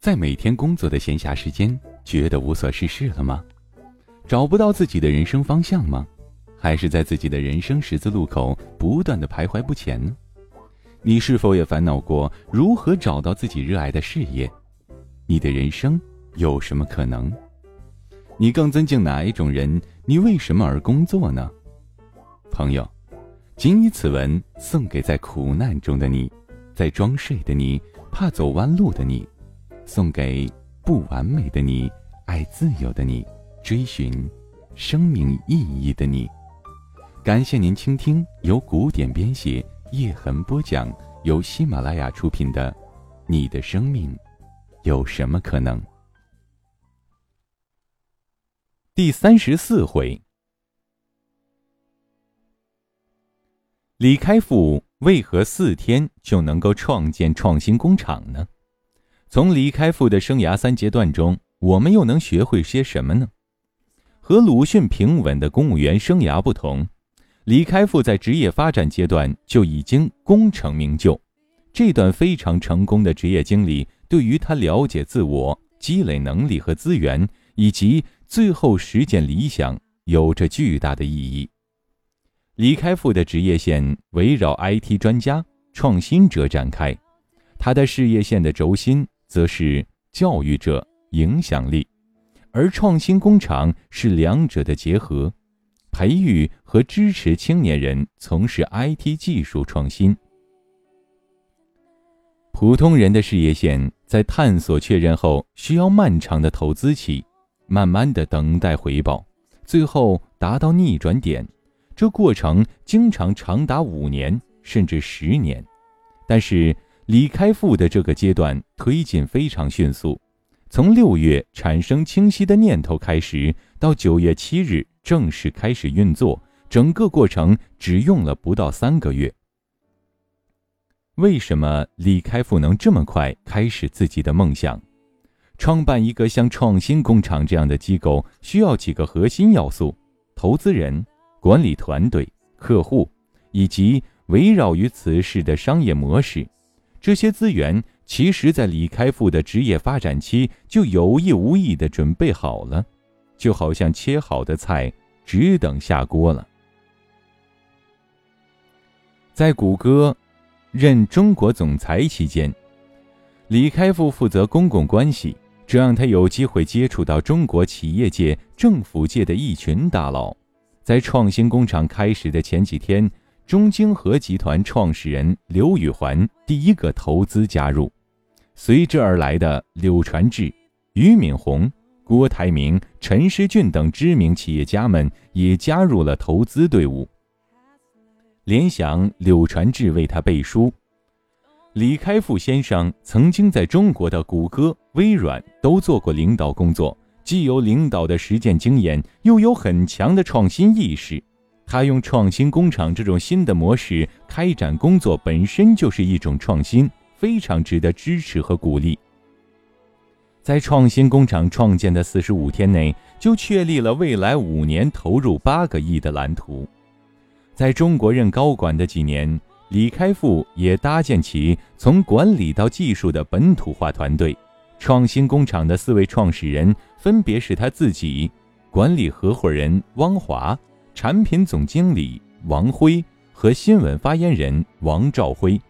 在每天工作的闲暇时间，觉得无所事事了吗？找不到自己的人生方向吗？还是在自己的人生十字路口不断的徘徊不前呢？你是否也烦恼过如何找到自己热爱的事业？你的人生有什么可能？你更尊敬哪一种人？你为什么而工作呢？朋友，谨以此文送给在苦难中的你，在装睡的你，怕走弯路的你，送给不完美的你，爱自由的你，追寻生命意义的你。感谢您倾听由古典编写，叶痕播讲，由喜马拉雅出品的《你的生命有什么可能》第34回。李开复为何4天就能够创建创新工厂呢？从李开复的生涯3阶段中，我们又能学会些什么呢？和鲁迅平稳的公务员生涯不同，李开复在职业发展阶段就已经功成名就。这段非常成功的职业经历，对于他了解自我、积累能力和资源，以及最后实践理想，有着巨大的意义。李开复的职业线围绕 IT 专家、创新者展开，他的事业线的轴心则是教育者、影响力，而创新工厂是两者的结合，培育和支持青年人从事 IT 技术创新。普通人的事业线在探索确认后，需要漫长的投资期，慢慢的等待回报，最后达到逆转点。这过程经常长达5年甚至10年，但是李开复的这个阶段推进非常迅速，从6月产生清晰的念头开始，到9月7日正式开始运作，整个过程只用了不到3个月。为什么李开复能这么快开始自己的梦想？创办一个像创新工厂这样的机构，需要几个核心要素：投资人、管理团队、客户，以及围绕于此事的商业模式。这些资源其实在李开复的职业发展期就有意无意地准备好了，就好像切好的菜只等下锅了。在谷歌任中国总裁期间，李开复负责公共关系，这让他有机会接触到中国企业界、政府界的一群大佬。在创新工厂开始的前几天，中京核集团创始人刘宇环第一个投资加入，随之而来的柳传志、俞敏洪、郭台铭、陈时俊等知名企业家们也加入了投资队伍。联想柳传志为他背书。李开复先生曾经在中国的谷歌、微软都做过领导工作，既有领导的实践经验，又有很强的创新意识。他用创新工厂这种新的模式开展工作，本身就是一种创新，非常值得支持和鼓励。在创新工厂创建的45天内，就确立了未来5年投入8个亿的蓝图。在中国任高管的几年，李开复也搭建起从管理到技术的本土化团队。创新工厂的4位创始人分别是他自己、管理合伙人汪华、产品总经理王辉和新闻发言人王兆辉。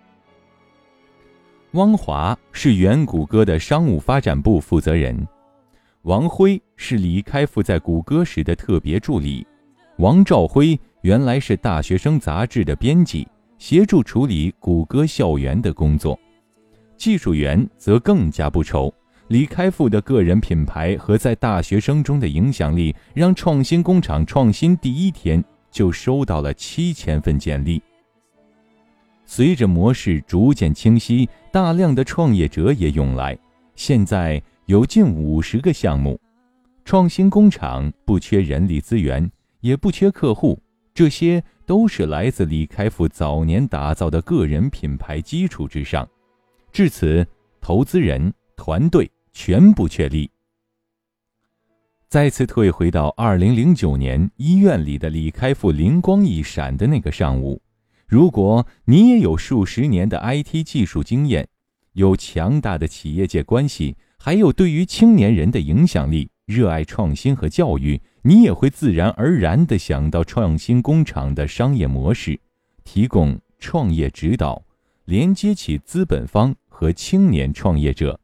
汪华是原谷歌的商务发展部负责人，王辉是李开复在谷歌时的特别助理，王兆辉原来是大学生杂志的编辑，协助处理谷歌校园的工作。技术员则更加不愁，李开复的个人品牌和在大学生中的影响力，让创新工厂创新第1天就收到了7000份简历。随着模式逐渐清晰，大量的创业者也涌来，现在有近50个项目。创新工厂不缺人力资源，也不缺客户，这些都是来自李开复早年打造的个人品牌基础之上。至此，投资人、团队全部确立。再次退回到2009年医院里的李开复灵光一闪的那个上午，如果你也有数十年的 IT 技术经验， 有强大的企业界关系，还有对于青年人的影响力，热爱创新和教育，你也会自然而然地想到创新工厂的商业模式，提供创业指导，连接起资本方和青年创业者。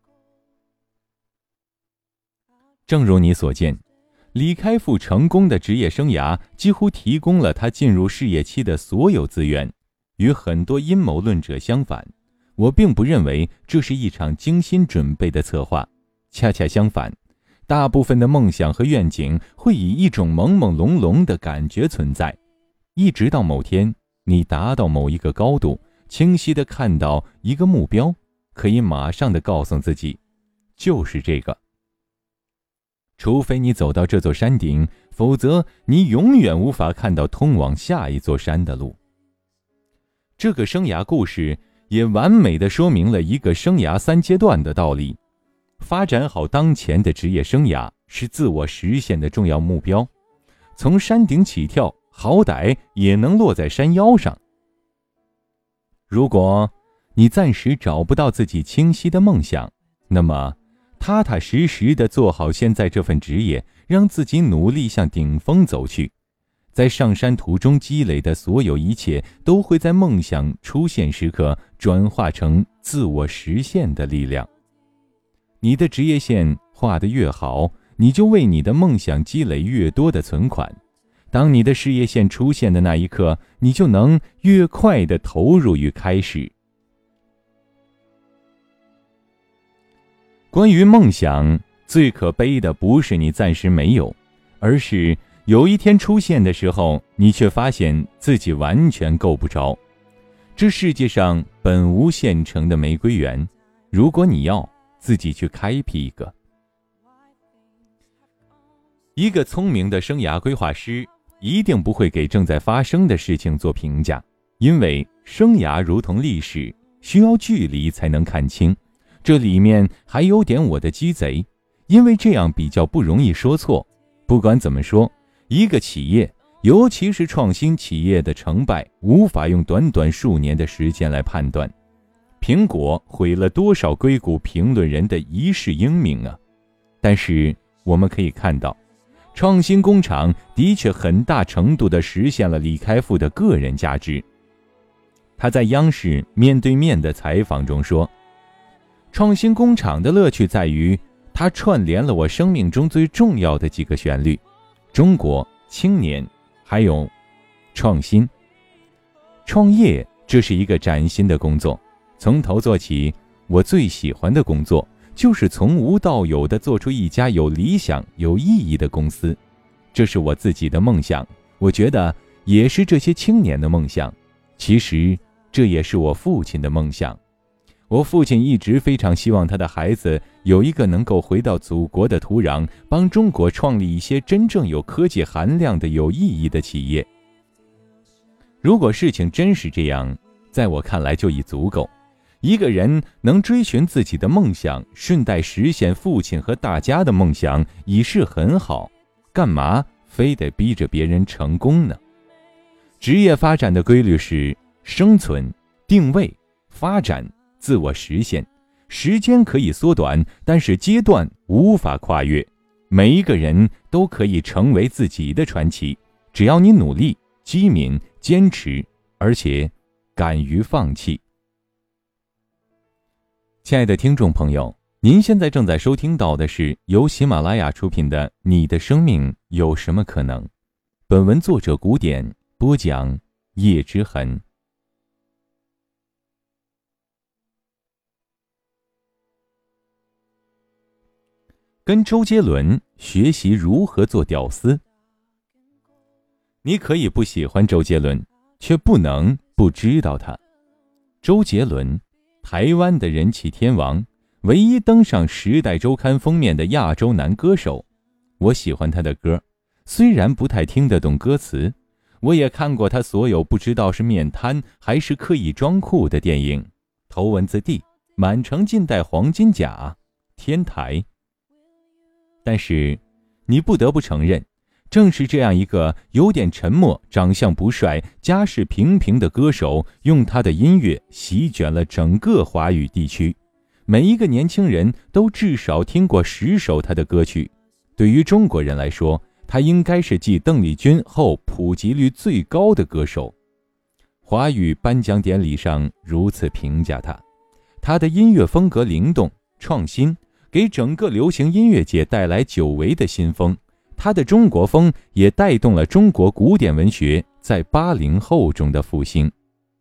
正如你所见，李开复成功的职业生涯几乎提供了他进入事业期的所有资源。与很多阴谋论者相反，我并不认为这是一场精心准备的策划，恰恰相反，大部分的梦想和愿景会以一种朦朦胧胧的感觉存在，一直到某天你达到某一个高度，清晰地看到一个目标，可以马上地告诉自己，就是这个。除非你走到这座山顶，否则你永远无法看到通往下一座山的路。这个生涯故事也完美地说明了一个生涯3阶段的道理。发展好当前的职业生涯是自我实现的重要目标，从山顶起跳，好歹也能落在山腰上。如果你暂时找不到自己清晰的梦想，那么踏踏实实地做好现在这份职业，让自己努力向顶峰走去。在上山途中积累的所有一切，都会在梦想出现时刻转化成自我实现的力量。你的职业线画得越好，你就为你的梦想积累越多的存款。当你的事业线出现的那一刻，你就能越快地投入与开始。关于梦想，最可悲的不是你暂时没有，而是有一天出现的时候，你却发现自己完全够不着。这世界上本无现成的玫瑰园，如果你要，自己去开辟一个。一个聪明的生涯规划师一定不会给正在发生的事情做评价，因为生涯如同历史，需要距离才能看清。这里面还有点我的鸡贼，因为这样比较不容易说错。不管怎么说，一个企业，尤其是创新企业的成败，无法用短短数年的时间来判断。苹果毁了多少硅谷评论人的一世英名啊！但是我们可以看到，创新工厂的确很大程度地实现了李开复的个人价值。他在央视面对面的采访中说，创新工厂的乐趣在于，它串联了我生命中最重要的几个旋律：中国、青年，还有创新。创业，这是一个崭新的工作，从头做起。我最喜欢的工作，就是从无到有地做出一家有理想、有意义的公司。这是我自己的梦想，我觉得也是这些青年的梦想。其实，这也是我父亲的梦想。我父亲一直非常希望他的孩子有一个能够回到祖国的土壤，帮中国创立一些真正有科技含量的有意义的企业。如果事情真是这样，在我看来就已足够。一个人能追寻自己的梦想，顺带实现父亲和大家的梦想，已是很好。干嘛非得逼着别人成功呢？职业发展的规律是生存、定位、发展、自我实现。时间可以缩短，但是阶段无法跨越。每一个人都可以成为自己的传奇，只要你努力、机敏、坚持，而且敢于放弃。亲爱的听众朋友，您现在正在收听到的是由喜马拉雅出品的《你的生命有什么可能》。本文作者古典，播讲叶之痕。跟周杰伦学习如何做屌丝。你可以不喜欢周杰伦，却不能不知道他。周杰伦，台湾的人气天王，唯一登上《时代周刊》封面的亚洲男歌手。我喜欢他的歌，虽然不太听得懂歌词。我也看过他所有不知道是面瘫还是刻意装酷的电影，头文字 D、满城尽带黄金甲、天台。但是你不得不承认， 正是这样一个有点沉默、长相不帅、家世平平的歌手，用他的音乐席卷了整个华语地区。每一个年轻人都至少听过10首他的歌曲。对于中国人来说，他应该是继邓丽君后普及率最高的歌手。华语颁奖典礼上如此评价他：他的音乐风格灵动、创新，给整个流行音乐界带来久违的新风。他的中国风也带动了中国古典文学在80后中的复兴。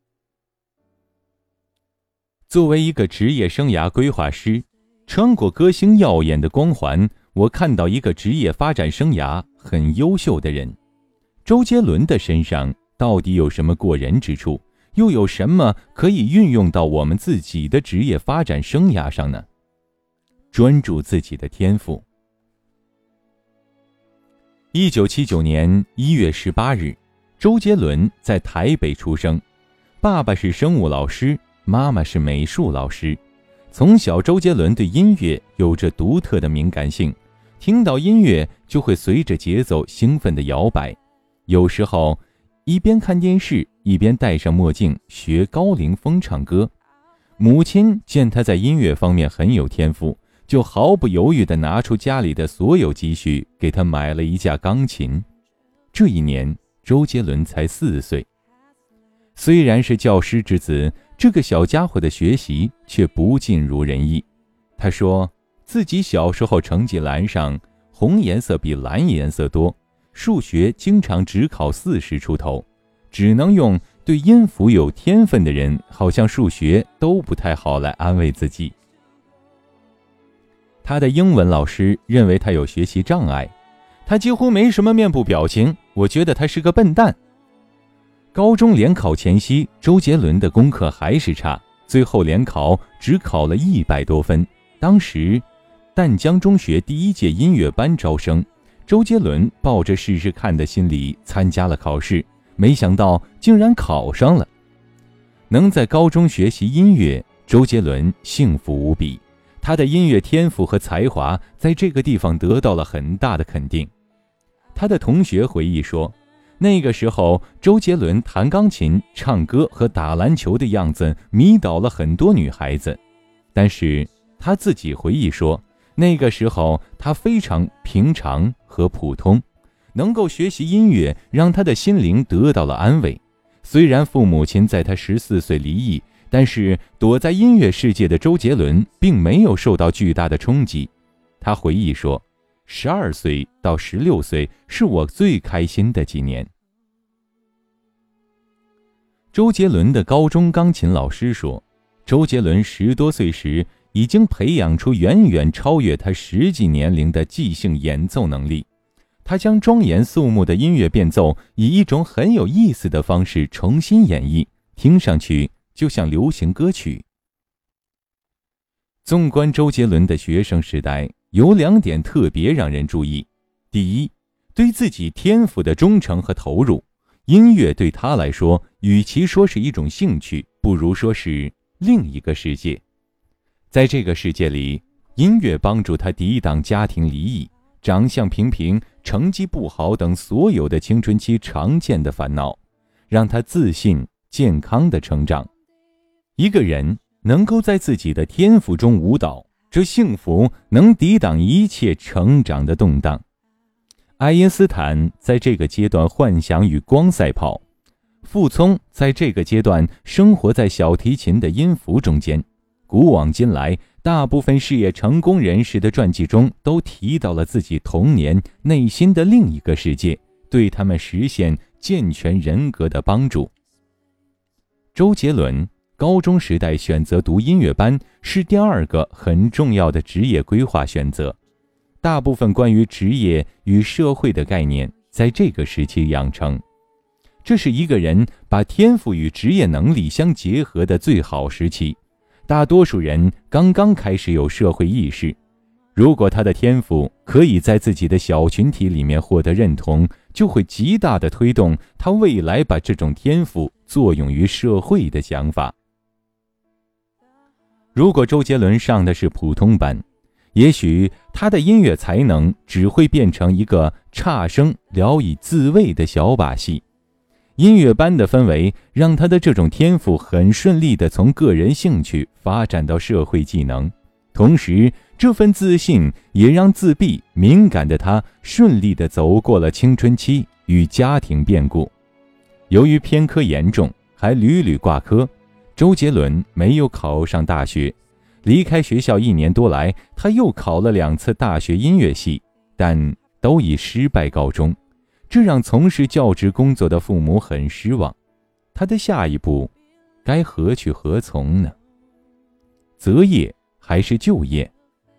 作为一个职业生涯规划师，穿过歌星耀眼的光环，我看到一个职业发展生涯很优秀的人。周杰伦的身上到底有什么过人之处，又有什么可以运用到我们自己的职业发展生涯上呢？专注自己的天赋。1979年1月18日，周杰伦在台北出生，爸爸是生物老师，妈妈是美术老师。从小，周杰伦对音乐有着独特的敏感性，听到音乐就会随着节奏兴奋地摇摆。有时候，一边看电视，一边戴上墨镜学高凌风唱歌。母亲见他在音乐方面很有天赋，就毫不犹豫地拿出家里的所有积蓄，给他买了一架钢琴。这一年，周杰伦才4岁。虽然是教师之子，这个小家伙的学习却不尽如人意。他说，自己小时候成绩栏上红颜色比蓝颜色多，数学经常只考40出头，只能用对音符有天分的人好像数学都不太好来安慰自己。他的英文老师认为他有学习障碍，他几乎没什么面部表情，我觉得他是个笨蛋。高中联考前夕，周杰伦的功课还是差，最后联考只考了100多分。当时淡江中学第1届音乐班招生，周杰伦抱着试试看的心理参加了考试，没想到竟然考上了。能在高中学习音乐，周杰伦幸福无比，他的音乐天赋和才华在这个地方得到了很大的肯定。他的同学回忆说，那个时候周杰伦弹钢琴、唱歌和打篮球的样子迷倒了很多女孩子，但是他自己回忆说，那个时候他非常平常和普通，能够学习音乐让他的心灵得到了安慰。虽然父母亲在他14岁离异，但是躲在音乐世界的周杰伦并没有受到巨大的冲击。他回忆说，12岁到16岁是我最开心的几年。周杰伦的高中钢琴老师说，周杰伦10多岁时已经培养出远远超越他实际年龄的即兴演奏能力。他将庄严肃穆的音乐变奏以一种很有意思的方式重新演绎，听上去就像流行歌曲。纵观周杰伦的学生时代，有2点特别让人注意。第一，对自己天赋的忠诚和投入。音乐对他来说，与其说是一种兴趣，不如说是另一个世界。在这个世界里，音乐帮助他抵挡家庭离异、长相平平、成绩不好等所有的青春期常见的烦恼，让他自信、健康的成长。一个人能够在自己的天赋中舞蹈，这幸福能抵挡一切成长的动荡。爱因斯坦在这个阶段幻想与光赛跑，傅聪在这个阶段生活在小提琴的音符中间。古往今来，大部分事业成功人士的传记中都提到了自己童年内心的另一个世界，对他们实现健全人格的帮助。周杰伦高中时代选择读音乐班是第2个很重要的职业规划选择。大部分关于职业与社会的概念在这个时期养成，这是一个人把天赋与职业能力相结合的最好时期。大多数人刚刚开始有社会意识，如果他的天赋可以在自己的小群体里面获得认同，就会极大地推动他未来把这种天赋作用于社会的想法。如果周杰伦上的是普通班， 也许他的音乐才能只会变成一个差生聊以自慰的小把戏。音乐班的氛围让他的这种天赋很顺利地从个人兴趣发展到社会技能，同时这份自信也让自闭敏感的他顺利地走过了青春期与家庭变故。由于偏科严重，还屡屡挂科，周杰伦没有考上大学。离开学校1年多来，他又考了2次大学音乐系，但都以失败告终，这让从事教职工作的父母很失望。他的下一步该何去何从呢？择业还是就业？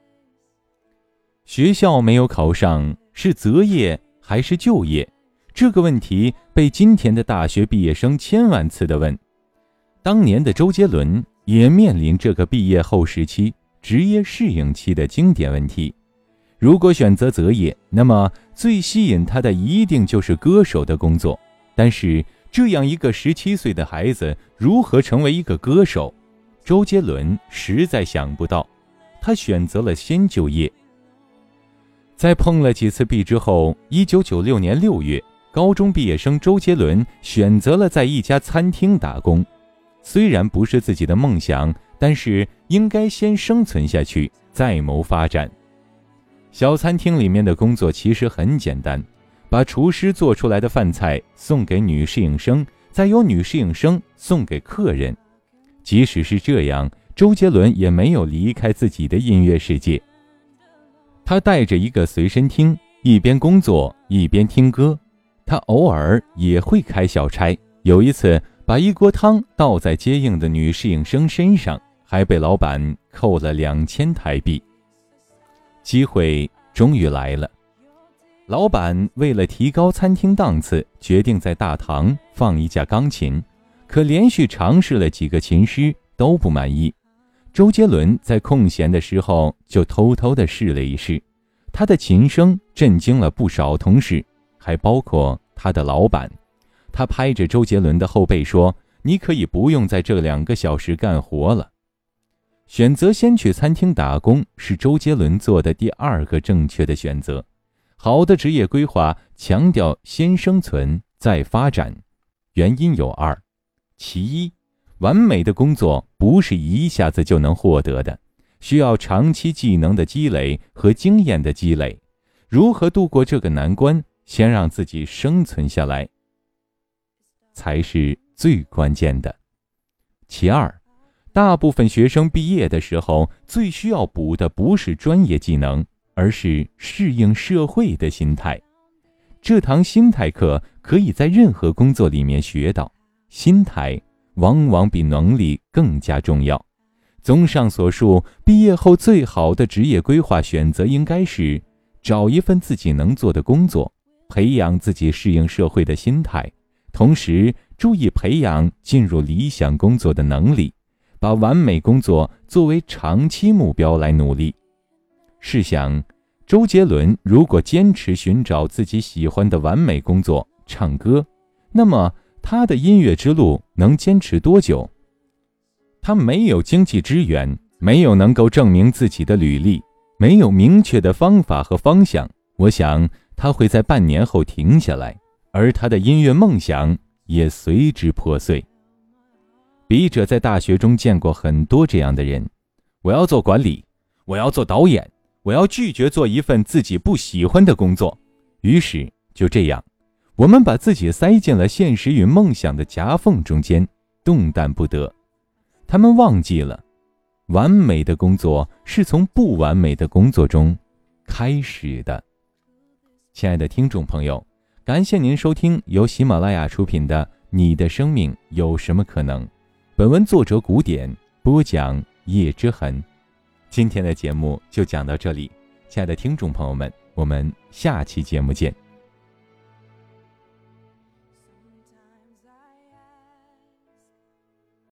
学校没有考上，是择业还是就业？这个问题被今天的大学毕业生千万次地问。当年的周杰伦也面临这个毕业后时期职业适应期的经典问题。如果选择择业，那么最吸引他的一定就是歌手的工作。但是这样一个17岁的孩子如何成为一个歌手？周杰伦实在想不到，他选择了先就业。在碰了几次壁之后，1996年6月，高中毕业生周杰伦选择了在一家餐厅打工。虽然不是自己的梦想，但是应该先生存下去，再谋发展。小餐厅里面的工作其实很简单，把厨师做出来的饭菜送给女侍应生，再由女侍应生送给客人。即使是这样，周杰伦也没有离开自己的音乐世界。他带着一个随身听，一边工作一边听歌。他偶尔也会开小差，有一次把一锅汤倒在接应的女侍应生身上，还被老板扣了2000台币。机会终于来了，老板为了提高餐厅档次，决定在大堂放一架钢琴，可连续尝试了几个琴师都不满意。周杰伦在空闲的时候就偷偷地试了一试，他的琴声震惊了不少同事，还包括他的老板。他拍着周杰伦的后背说：“你可以不用在这2个小时干活了。”选择先去餐厅打工是周杰伦做的第2个正确的选择。好的职业规划强调先生存再发展，原因有2。其一，完美的工作不是一下子就能获得的，需要长期技能的积累和经验的积累。如何度过这个难关，先让自己生存下来，才是最关键的。其2，大部分学生毕业的时候最需要补的不是专业技能，而是适应社会的心态。这堂心态课可以在任何工作里面学到，心态往往比能力更加重要。综上所述，毕业后最好的职业规划选择应该是找一份自己能做的工作，培养自己适应社会的心态，同时注意培养进入理想工作的能力，把完美工作作为长期目标来努力。试想，周杰伦如果坚持寻找自己喜欢的完美工作唱歌，那么他的音乐之路能坚持多久？他没有经济支援，没有能够证明自己的履历，没有明确的方法和方向，我想他会在半年后停下来，而他的音乐梦想也随之破碎。笔者在大学中见过很多这样的人，我要做管理，我要做导演，我要拒绝做一份自己不喜欢的工作。于是就这样，我们把自己塞进了现实与梦想的夹缝中间，动弹不得。他们忘记了，完美的工作是从不完美的工作中开始的。亲爱的听众朋友，感谢您收听由喜马拉雅出品的《你的生命有什么可能》。本文作者古典，播讲叶之痕。今天的节目就讲到这里，亲爱的听众朋友们，我们下期节目见。